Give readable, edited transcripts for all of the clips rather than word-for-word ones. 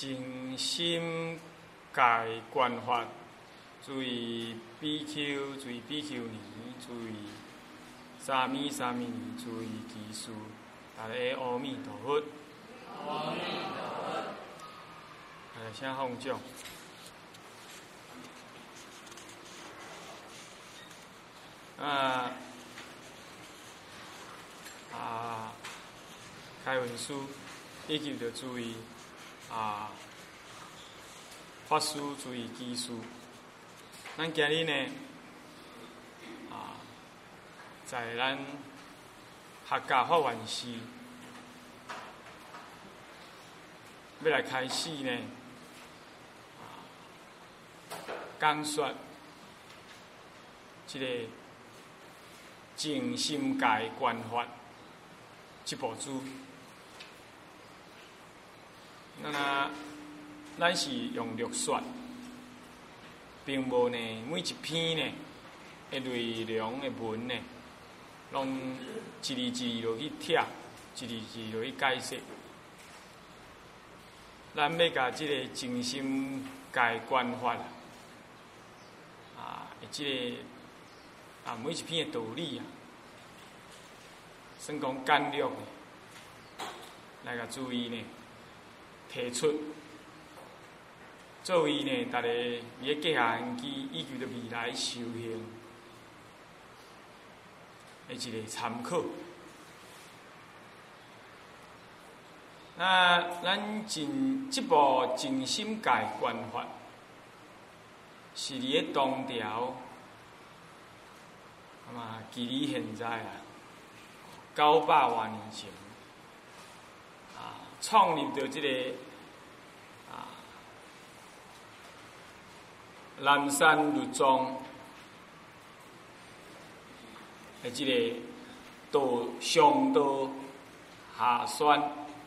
静心戒观法，注意 BQ， 注意 BQ 年，注意沙弥年，注意基数。大家阿弥陀佛。阿弥陀佛。来，先放掌。开文书以及着注意法师注意基数。咱今日呢在咱客家法院寺要来开始呢讲说这个静心戒观法这部书。咱是用略说，并无呢每一篇呢的内容的文呢，拢一字一字落去贴，一字一字落去解释。咱要甲这个静心戒观法这个每一篇的道理算讲简略来甲注意呢提出，作为呢大家也结下缘起，以及着未来修行的一个参考。咱这部静心戒观法，是伫咧唐朝，距离现在900多年前，创立着这个南山律宗的这个上道下宣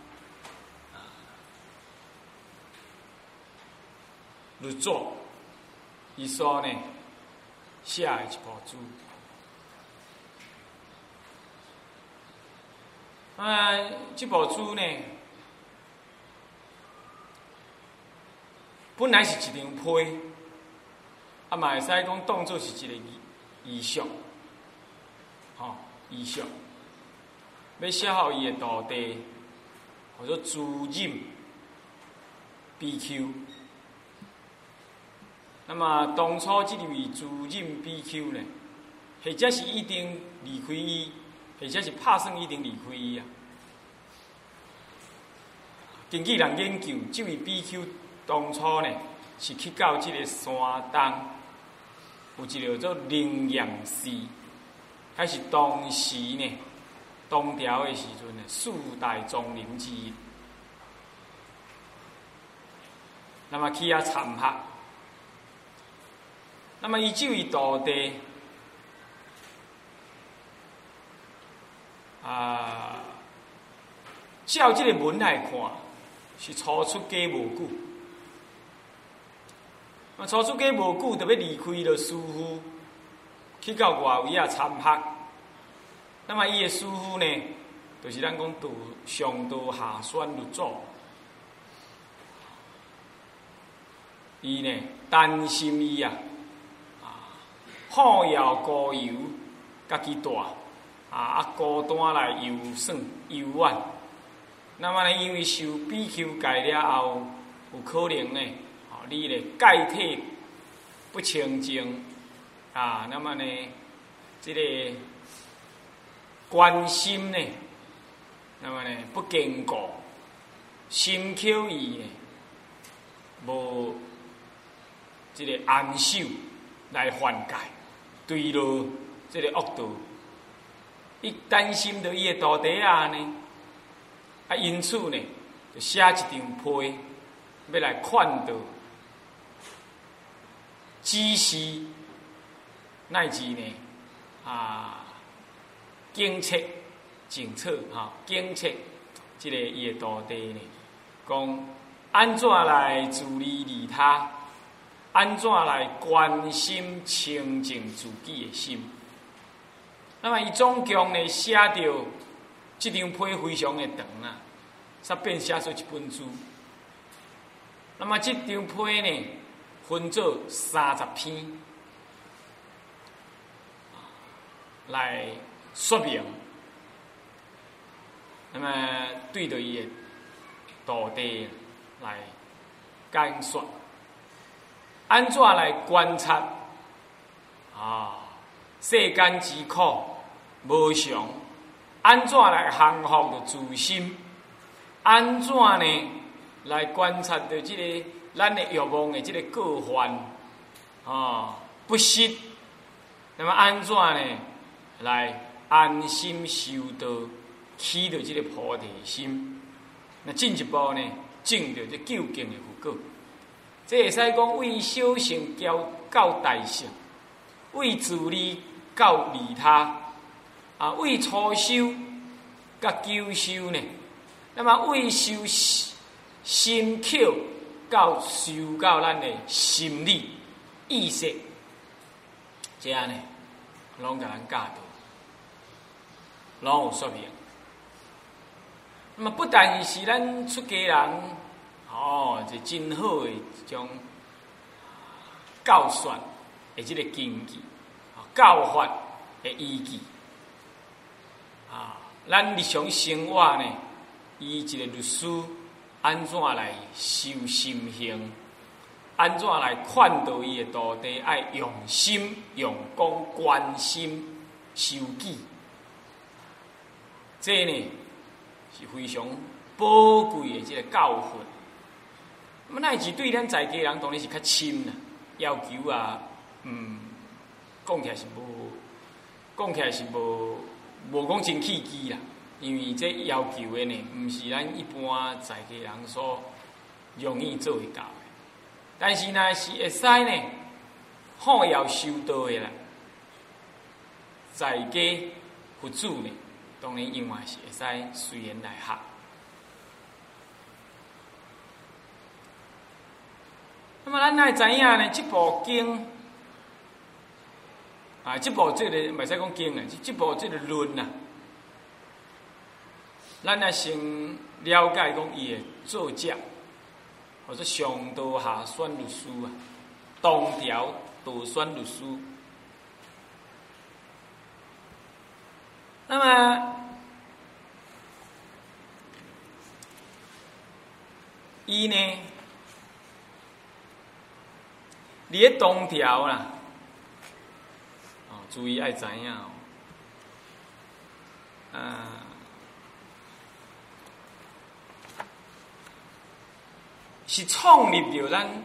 律祖，伊所呢写的一部书。这部书呢，本来是一张批，嘛会使讲当作是一个遗像，遗像，要写好伊的徒弟，或者主任 BQ。那么当初这位主任 BQ 呢，或者是已经离开伊，或者是拍算已经离开伊根据人研究，这位 BQ 当初呢是去到这个山东，有一个叫灵阳寺，还是当时呢唐朝的时阵呢4大宗灵之一。那么去遐参学。那么伊这位徒弟照这个文来看，是初出家无久。初出家无久，就要离开了师父，去到外围参学。那么伊的师父呢，就是咱讲上道下宣律祖。伊呢担心伊好摇孤游，家己大孤单来游玩。那么呢，因为受 BQ 戒了后，有可能呢，你咧戒体不清净那么呢，这个观心呢，那么呢不坚固，心口意呢无这个安守来缓解。对落这个恶道，伊担心到伊的徒弟呢，因此呢，就写一张批，要来劝导、指示，乃至呢警策、警策警策，这个伊的徒弟呢，讲安怎来自利利他。安怎来关心清净自己的心？那么伊总共呢写到这张批非常的长煞变写出一本书。 那么这张批呢，分做30篇来说明。那么对着伊的道地来简说，安怎来观察世间之苦无常，安怎来降服着自心？安怎呢来观察着这个咱的欲望的这个过患不失？那么安怎呢来安心修道，起着这个菩提心？那进一步呢，证着这究竟的佛果。这会使讲为小乘到大乘，为自利到利他，为初修到究修呢。那么为修心口到修到咱的心理意识，这样呢，拢甲咱教导，拢有说明。那么不但是咱出家人，这真好的一种教学的这个经济，教法的依据。咱日常生活呢，以一个律师安怎来修心行，安怎来劝导伊的徒弟爱用心、用功、关心、修己，这呢是非常宝贵的这个教训。那么乃至对咱在家人当然是较深啦，要求讲起来是无讲真气机啦。因为这要求的呢，毋是咱一般在家人所容易做会到的。但是呢，是会使呢，好要修道的啦，在家佛子呢，当然另外是会使随缘来学。那么咱爱知影呢，这部经这部这个袂使讲经啊，这部这个论啊。咱也先了解讲伊的作者，或者上道下选律师东条道选律师。那么，伊呢，伫咧东条啦，注意爱知影是创立着咱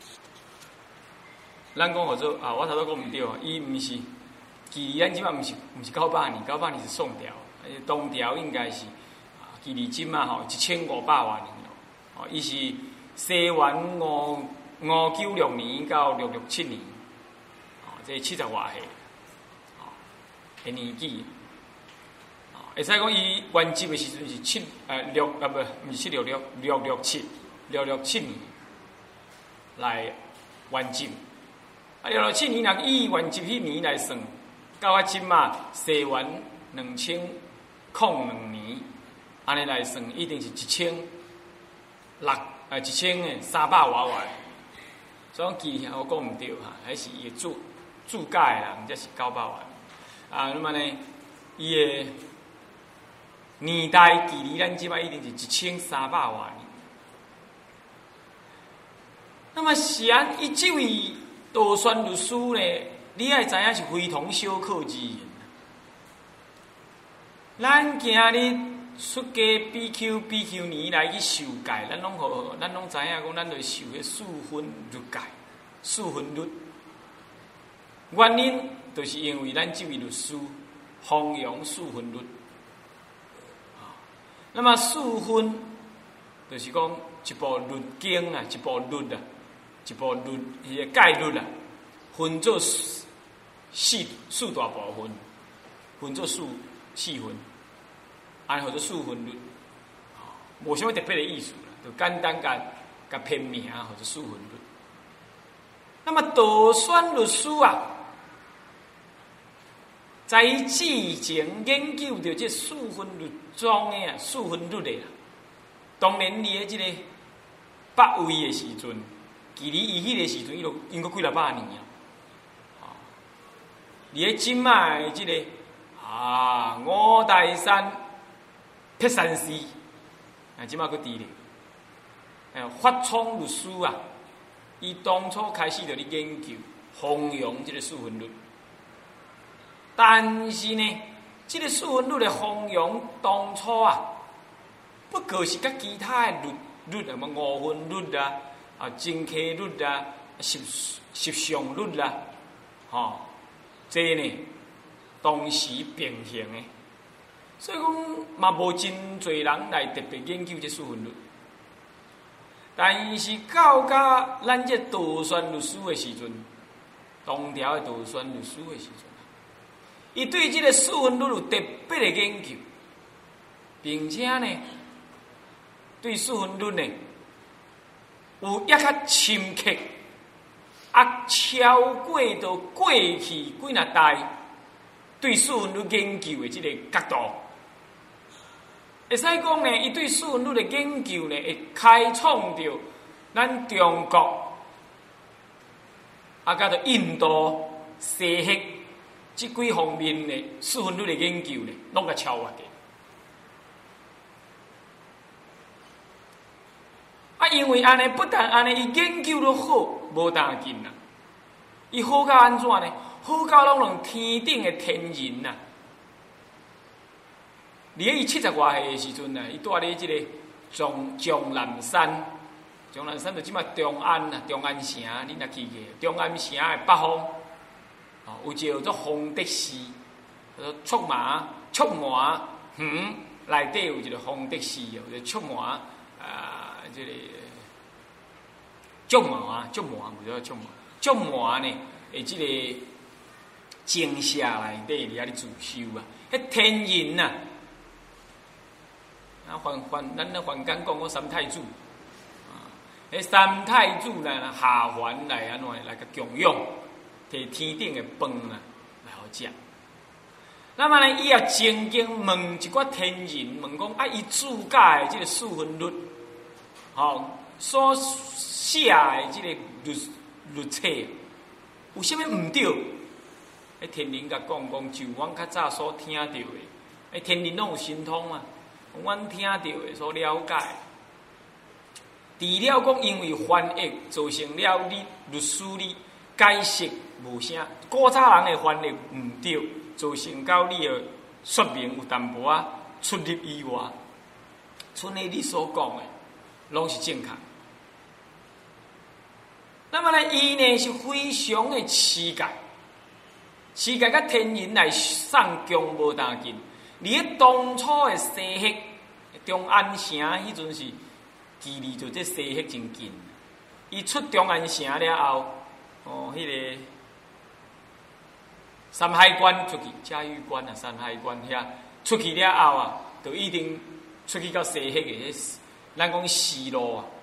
讲或者我头先讲毋对伊毋是，距离咱即摆毋是900年，900年是宋朝，东条应该是距离即摆1500多年咯。伊是西元596年到667年，这70多岁的年纪。会使讲伊原籍的时阵是667年来完结，667年若以完结迄年来算，到即嘛西元2002年，安尼来算，一定是1300多万。所以记我讲毋对还是伊注解的人，才是900万。那么呢，伊的年代距离咱即摆一定是1300多年。那么是伊这位道宣律师呢，你爱知影是非同小可之人。咱今日出家比丘尼来去受戒，咱拢知影讲，咱着受迄4分律戒，4分律。原因就是因为咱这位律师弘扬4分律。那么4分就是讲一部律经一部律一部律伊个戒律分做四大部分，分做4分，安或者4分律，无啥物特别的意思啦，就简单甲片名或者4分律。那么道宣律师在伊之前研究着这4分律中的4分律的，当然伊的这个 8位的时阵，距离伊迄个时阵，伊就应该几600年啊。伫咧即卖即个五台山撇山寺，即卖佫伫咧。法聪律师啊，伊当初开始就咧研究弘扬即个四分律，但是呢，即个四分律的弘扬当初啊，不过是甲其他的律什么五分律啊、正契律啊、十相律啊，这呢同时并行的，所以讲嘛无真侪人来特别研究这四分律。但是到甲咱这道宣律师的时阵，唐朝的道宣律师的时阵，伊对这个四分律有特别的研究，并且呢，对四分律呢有也较深刻，超过到过去几若代对四分律研究的这个角度。会使讲呢，伊对四分律的研究呢，会开创着咱中国甲着印度、西黑即几方面的四分律的研究呢，拢甲超越嘅。因为安尼不但安尼，伊研究得好，无当紧啦。伊好到安怎呢？好到拢用天顶的天人呐。伫伊70外岁的时阵呢，伊住咧即个终南山，终南山就即马中安呐，中安城，你若去过，中安城的北方，有一个叫做弘德寺，叫做出麻内底有一个弘德寺，有一个出麻即个竹麻，唔叫竹麻呢，即个精舍内底伫遐咧自修啊，迄天人呐。咱咧凡间讲三太子，迄三太子呢下凡来安怎来个供养，摕天顶的饭啊来好食。那么呢，伊也曾经问一寡天人，问讲伊自家的即个四分律，所写的即个律册，有啥物毋对？迄天人甲讲，就阮较早所听到的，天人拢有神通嘛。阮听到的所了解，除了讲因为翻译造成了你律师你解释无啥，古早人的翻译毋对，造成到你的说明有淡薄仔出入意外，剩下你所讲的拢是正确。那么呢，伊呢是非常的持戒甲天人来送供无当紧。你当初的西黑中安城迄阵是距离就这西黑真近，伊出中安城了后，迄个山海关出去，嘉峪关啊，山海关遐出去了后啊，就一定出去到西黑的迄，咱讲丝路啊，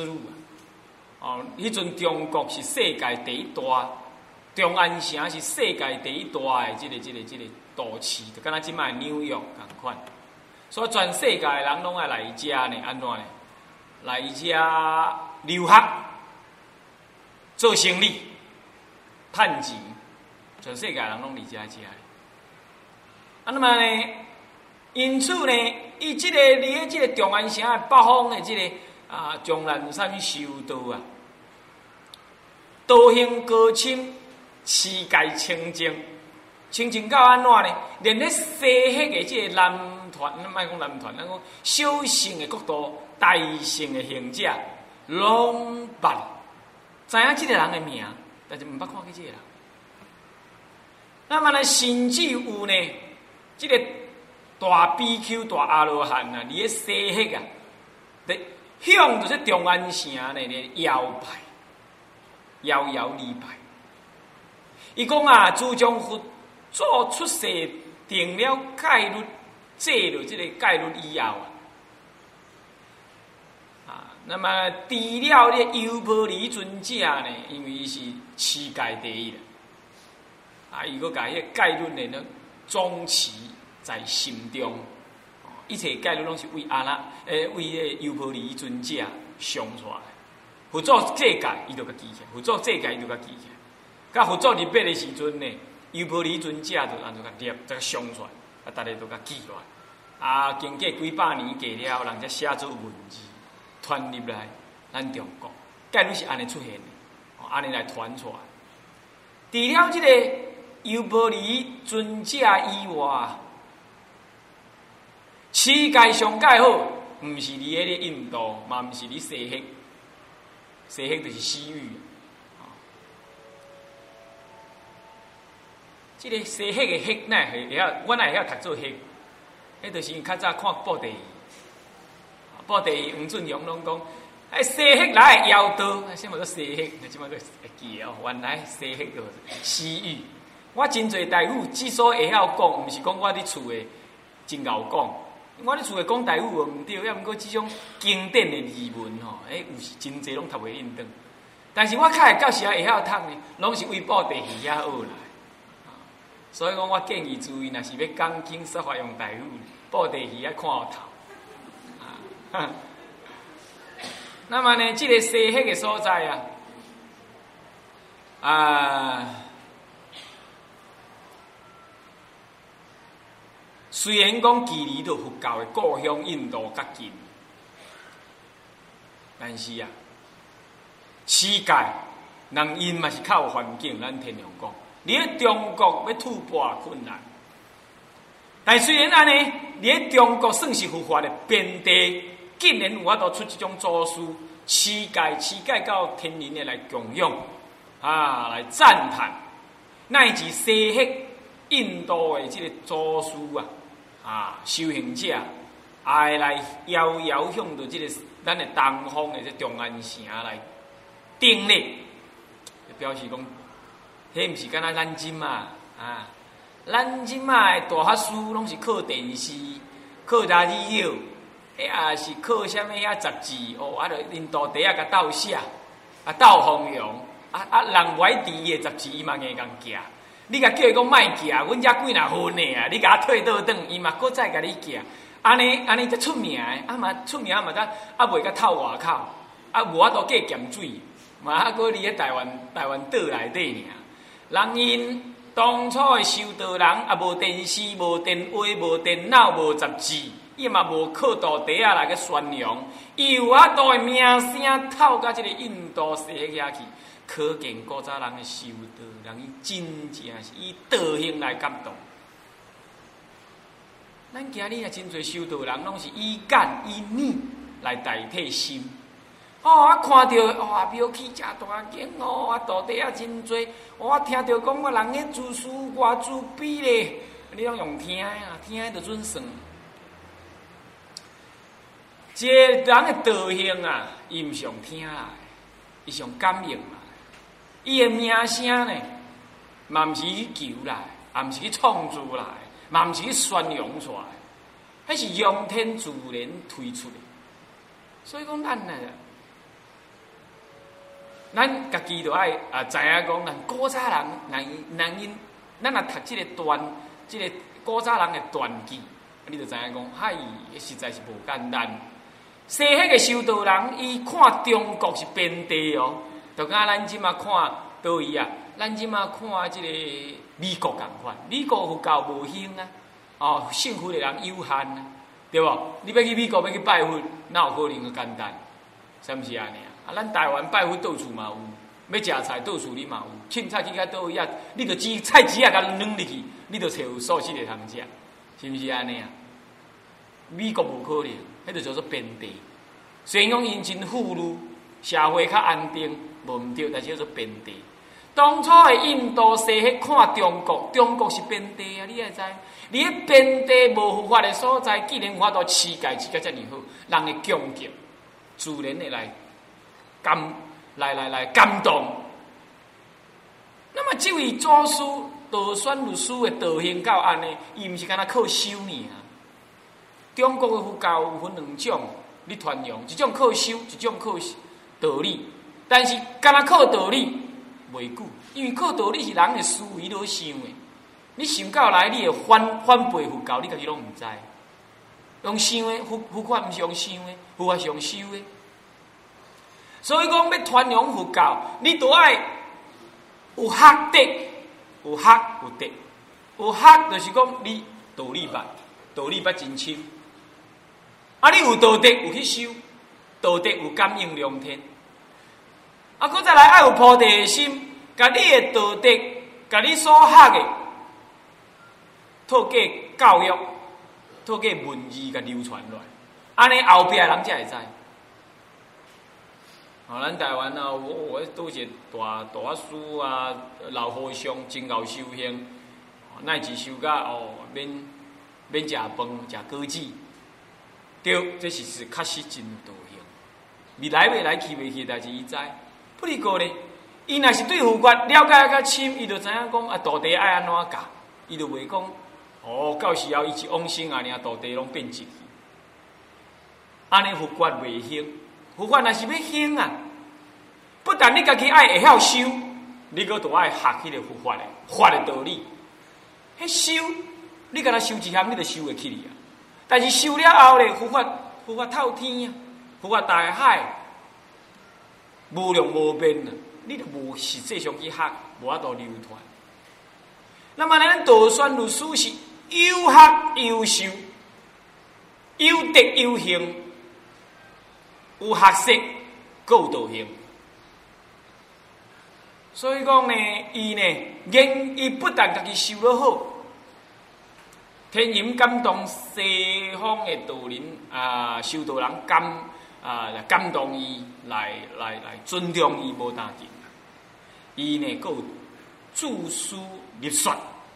迄阵中国是世界第一大，中安城是世界第一大的这个都市，就敢若即摆纽约共款，所以全世界的人拢爱来遮呢，安怎呢？来遮留学、做生意、趁钱，全世界人拢嚟遮。那么呢？因此呢，伊即个伫咧即个中安城的北方的即个终南山修道啊，道行高深，持戒清净。清净到安怎呢？连咧西迄个即个男团，莫讲男团，咱讲小乘的国度、大乘的行者，拢捌知影即个人的名，但是毋捌看过即个人。那么呢，甚至有呢，即个大比丘、大阿罗汉啊，伫咧西迄啊，咧向着这中安城呢咧摇拜，摇礼拜。伊讲啊，自从佛做出世定了戒律，制了这个戒律以后那么除了咧优婆离尊者呢，因为伊是持戒第一伊佫甲迄个戒律呢总持在心中，一切戒律拢是为为迄个优婆离尊者上出来。 佛祖这界，伊就甲记起来；佛祖这界，伊就甲记起来。甲佛祖入灭的时阵呢，优婆离尊者就安怎甲念，再上传，啊，大家都甲记落来。啊，经过几百年过了，人才写做文字，传入来咱中国，概率是安尼出现的，安尼来传出来。除了这个优婆离尊者以外，世界上介好，毋是伫迄个印度，嘛毋是伫西黑，西黑就是西域。这个西黑的黑呢，会晓，我哪会晓读做黑？迄就是因较早看布袋戏，布袋戏黄俊雄拢讲，西黑来的妖刀，什么叫西黑？即摆个会记哦，原来西黑就是西域。我真侪台语之所以会晓讲，毋是讲我伫厝诶真敖讲，我伫厝诶讲台语无毋对，也毋过即种经典诶字文吼，有时真侪拢读袂认得。但是我较会到时会晓读呢，拢是为布袋戏遐学来。所以讲，我建议注意，若是要讲经说法用台语，布袋戏要看后头。那么呢，这个西黑的所在虽然讲距离到佛教的故乡印度较近，但是世界人因嘛是较有环境，咱天龙讲。你喺中国要突破困难，但虽然安尼，你喺中国算是佛法的边地，竟然有法度出这种祖师，世界到天人的来供养来赞叹，乃至西黑印度的这个祖师修行者，会来遥遥向着这个咱的东方的这中安城来顶礼，表示讲。迄毋是敢若咱即嘛咱即嘛的大法师拢是靠电视、靠radio，迄也是靠啥物遐杂志着印度地甲斗写斗弘扬人歪伫伊的杂志伊嘛硬共寄，你甲叫伊讲莫寄，阮遮几若分的你甲退倒转，伊嘛搁再甲你寄，安尼才出名的，嘛出名嘛袂甲透外口，无法度过咸水，嘛搁伫咧台湾岛内底尔。人因当初的修道人无电视、无电话、无电脑、无杂志，伊嘛无靠道地来个宣扬，伊有法度的名声透到这个印度西遐去，可见古早人的修道人伊真正是以道行来感动。咱今日真侪修道人拢是以感以念来代替心。看到庙起真大间道地真多，我听到讲人个自私偌自卑咧，你拢用听听就准算。一个人的道行伊毋是用听来，伊是用感应来。伊的名声呢，嘛毋是去求来，也毋是去创造来，嘛毋是去宣扬出来，迄是用天自然推出的。所以讲咱家己就爱知影讲，咱古早人因，咱若读即个古早人的传记，你就知影讲，实在是无简单。西迄个修道人，伊看中国是遍地就甲咱即马看倒位咱即马看即个美国共款，美国佛教无兴信佛的人有限对无？你要去美国要去拜佛，哪有可能个简单？是毋是安尼咱台湾拜佛到处嘛有，要食菜到处你嘛有，凊彩去到倒位你就只菜籽甲软入去，你就找有素食的通食，是毋是安尼美国无可能，迄就叫做遍地。虽然讲因真富裕，社会较安定，无毋对，但是叫做遍地。当初的印度西去看中国，中国是遍地你会知？你迄遍地无佛法的所在，既然有法度世界遮尔好，人的恭敬，自然的来感动。那么这位祖师道宣律师的道行到安尼，伊毋是干那靠修尔。中国的佛教有分两种，你传扬一种靠修，一种靠道理。但是干那靠道理袂久，因为靠道理是人的思维落想的。你想到来，你会反背佛教，你家己拢毋知。用想的佛法毋是用想的，佛法是用修的。 所以讲要传扬佛教，你都爱有学德，有学有德。有学就是讲你道理捌，道理捌真深。啊，你有道德有去修，道德有感应良天。啊，搁再来爱有菩提的心，甲你的道德，甲你所学的，透过教育，透过文字甲流传落来，安尼后壁的人才会知。啊，咱台湾啊，我拄一个大师啊，老和尚真够修行，乃至修甲免食饭，食果子。对，这是确实真道行。未来袂来去袂去，代志伊知。不离过咧，伊若是对佛法了解较深，伊就知影讲啊，道地爱安怎教，伊就袂讲哦，到时候伊是往生啊，尔道地拢变质去。安尼佛法袂行，佛法若是要行啊，不但你家己爱会晓修，你阁都爱学迄个佛法的法的道理。迄修，你敢若修一项，你就修会起哩啊。但是修了后咧，佛法透天啊，佛法大海，无量无边啊，你就无实际上去学，无法度流传。那么咱道宣律师是有学有修，有德有行，有学识，阁有道行。所以讲呢，伊不但家己修得好。天人感动西方的道人啊，修道人感动伊来尊重伊无单定，伊呢阁有著书立说。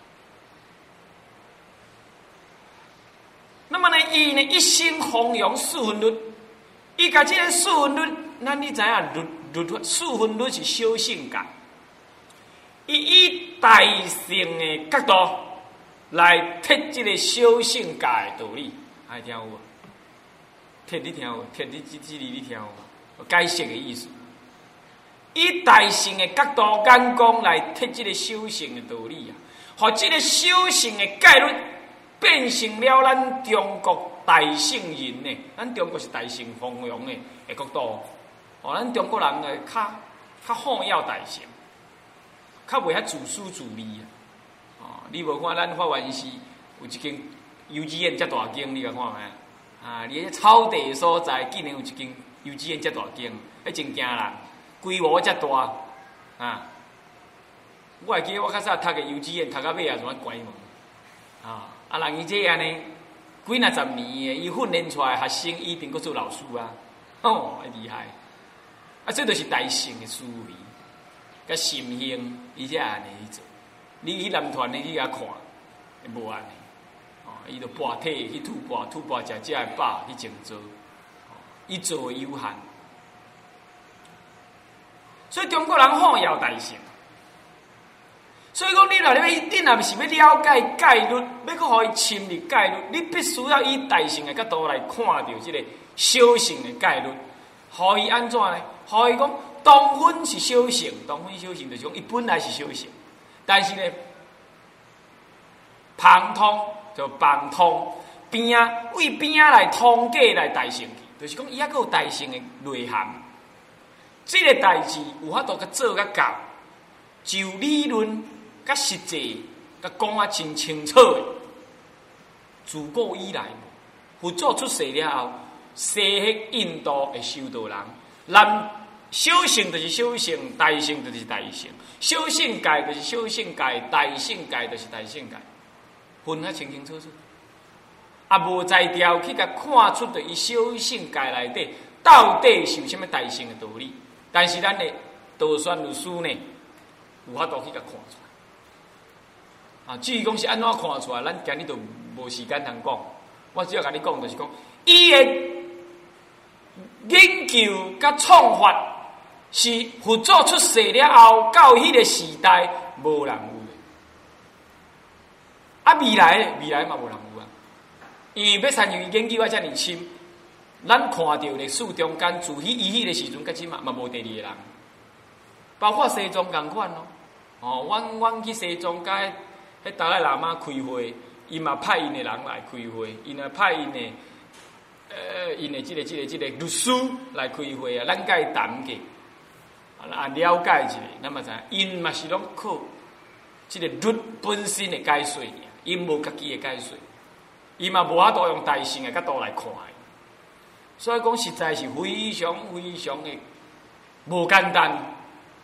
那么呢，伊呢一心弘扬四分律，伊甲这个四分律，咱你知影四分律是小性格，伊以大乘的角度。来贴这个小性界的道理，爱听有无？贴你听有？贴你这字你听有无？解释的意思，以大乘的角度眼光来贴这个小乘的道理啊，和这个小乘的戒律变成了咱中国大圣人呢。咱中国是大乘弘扬的角度，哦，咱中国人呢较好要大乘，较袂遐自私自利啊。你无看咱法源寺有一间幼稚园遮大间，你甲看觅啊？你迄草地所在竟然有一间幼稚园遮大间，迄真惊人，规模遮大啊！我会记得我较早读个幼稚园，读到尾也怎啊关门啊！人伊这安尼几若10年诶，伊训练出来学生一定阁做老师啊！哦，厉害！啊，这就是大乘诶思维，甲心性，伊才安尼去做。你去南团的去遐看，无安尼，哦，伊就跋体去吐蕃食遮的饱去种做，伊做的有限。所以中国人好要大乘，所以讲你若是要了解戒律，要去互伊深入戒律，你必须要以大乘的角度来看到这个小乘的戒律，互伊安怎呢？互伊讲当分是小乘，当分小乘就是讲伊本来是小乘。但是呢，旁通就旁通边为边来通解来大乘去，就是讲伊还阁有大乘的内涵。这个代志有法度甲做甲到，就理论甲实际甲讲啊真清楚的。自古以来，佛祖出世了后，西迄印度的修道人，小乘就是小乘，大乘就是大乘。小乘界就是小乘界，大乘界就是大乘界，分较清清楚楚。啊，无在调去甲看出对伊小乘界内底到底是有啥物大乘的道理。但是咱的道宣律师呢，有法度去甲看出来。啊，至于讲是安怎看出来，咱今日就无时间通讲。我只要甲你讲，就是讲伊的研究甲创法。是佛祖出世了后，到迄个时代无人有的。啊，未来嘛无人有啊。因为要参与研究啊，遮尔深，咱看到历史中间，自伊迄个时阵，甲即嘛无第二个人。包括西藏共款咯。哦，阮去西藏，甲迄达赖喇嘛开会，伊嘛派因的人来开会，因也派因的因的这个律师来开会啊，咱甲伊谈过，啊了解一下，那么知因嘛是拢靠这个律本身的解说，因无家己的解说，伊嘛无法度用大乘的角度来看的，所以讲实在是非常非常的无简单。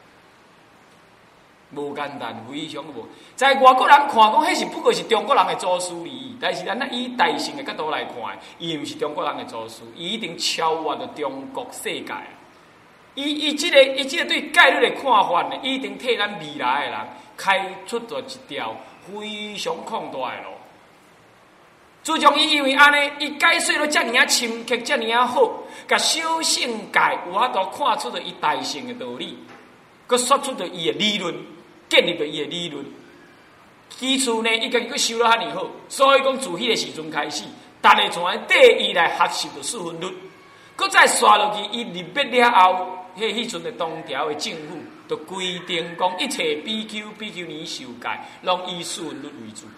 无简单，非常无。在外国人看讲，迄是不过是中国人的祖师而已。但是咱以大乘的角度来看，伊毋是中国人的祖师，伊一定超越了中国世界。伊这个对戒律的看法呢，一定替咱未来的人开出了一条非常宽大的路。自从伊因为安尼，伊解说了遮尔啊深刻，遮尔啊好，甲小乘界有法度看出了伊大乘的道理，佮说出了伊的理论。建立了伊的理论，其次呢，伊家己佫修了遐尼好，所以讲自迄个时阵开始，逐个全缀伊来学习着四分律，佫再刷落去，伊入灭了后，迄阵的东条的政府就规定讲，一切比丘尼受戒，拢以四分律为主，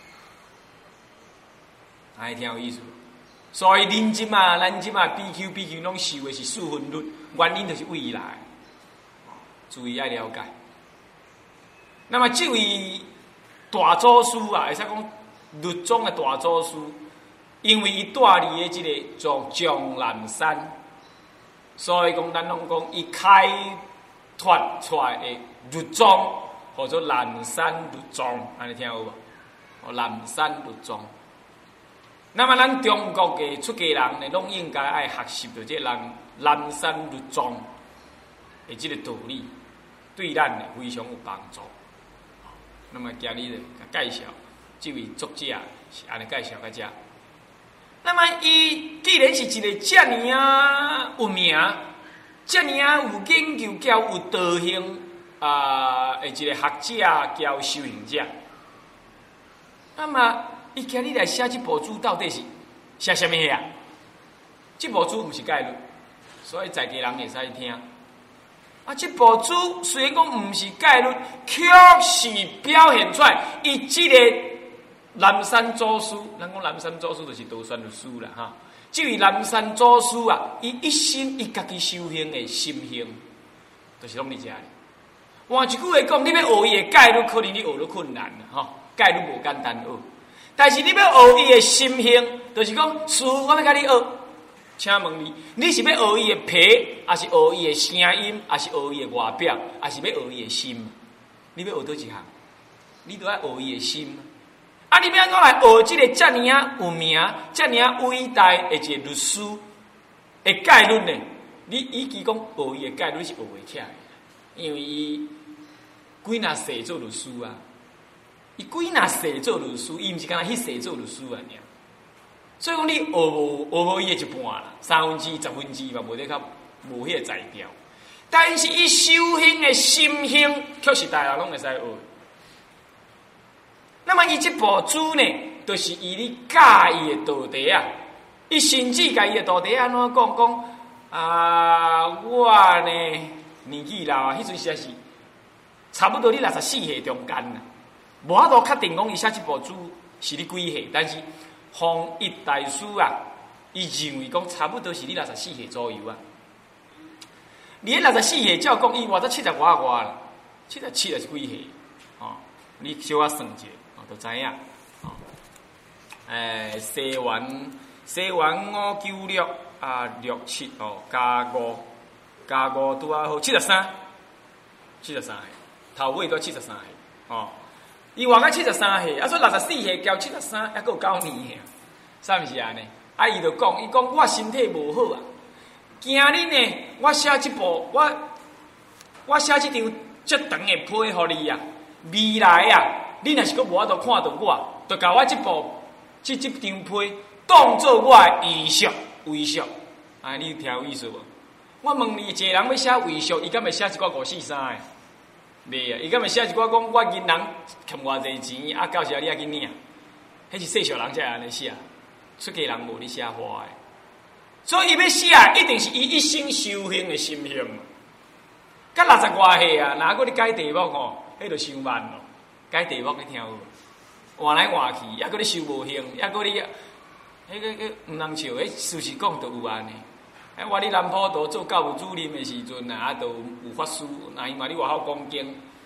还挺有意思。所以咱即嘛比丘拢受的是四分律，原因就是为伊来，注意爱了解。那么这位大祖师啊，会使讲律宗的大祖师，因为伊住伫的这个叫终南山，所以讲咱拢讲伊开拓出来的律宗，或者南山律宗，安尼听有无？哦，南山律宗。那么咱中国的出家人呢，拢应该爱学习到这南山律宗的这个道理，对咱呢非常有帮助。那么今日介绍这位作者是安尼介绍个遮。那么伊既然是一个遮尔啊有名、遮尔啊有研究、较有道行的一个学者、叫修行者，那么伊今日来写这部书到底是写什么呀？这部书毋是戒律，所以在家人会使听。啊！这部书虽然讲毋是戒律，却是表现出来伊这个南山祖师。咱讲南山祖师就是道宣律师啦，哈。这位南山祖师啊，伊一生伊家己修行的心性，就是拢伫遮。换一句话讲，你要学伊的戒律，可能你学得困难啦，哈。戒律无简单学，但是你要学伊的心性，就是讲，师父我要甲你学。请问你是要学伊的皮，还是学伊的声音，还是学伊的外表，还是要学伊的心？你要学倒一项？你都要学伊的心。啊，你要安怎来学这个遮尔啊有名、遮尔啊伟大的一个律师的戒律呢？你与其讲学伊的戒律是学袂起来，因为伊几若世做律师啊，伊几若世做律师，伊毋是干那迄世做律师啊，尔。所以讲，你学无伊的一半啦，10%、10%嘛，无得较无迄个才调。但是伊修行的心性，却是大家拢会使学。那么伊这部书呢，就是以你教伊的道德啊，伊甚至甲伊的道德安怎讲啊，我呢年纪老啊，迄阵实在是差不多你64岁中间啦，无法度确定讲伊写这部书是你几岁，但是。弘一大师啊，伊认为讲差不多是你64岁左右啊。你64岁，照讲伊活到70外啦，77是几岁？哦，你小可算一下，哦，就知影。哦，西元596啊67哦，加5拄啊好73岁，头尾都73岁，哦。伊活到73岁，啊，说64岁交73，还佫有9年，啥物事安尼？啊，伊就讲，伊讲我身体无好啊，今日呢，我写这部，我写这张足长的批互你啊，未来啊，你若是佫无法度看到我，就甲我这张批当做我的遗书，啊，你听有意思无？我问你，一个人要写遗书，伊敢会写一个543的？袂啊！伊敢会写一寡讲我银行欠偌济钱，啊，到时候你还去领，迄是世俗人才会安尼写，出家人无咧写花的。所以伊要写，一定是伊一生修行的心性。甲60外岁啊，若果你改题目吼，迄就伤慢咯。改题目你听有？换来换去，还佫你修无行，还佫你毋通笑，事实讲就有安尼。我伫南普陀做教务主任的时阵啊，都有法师，那伊嘛咧外口讲经，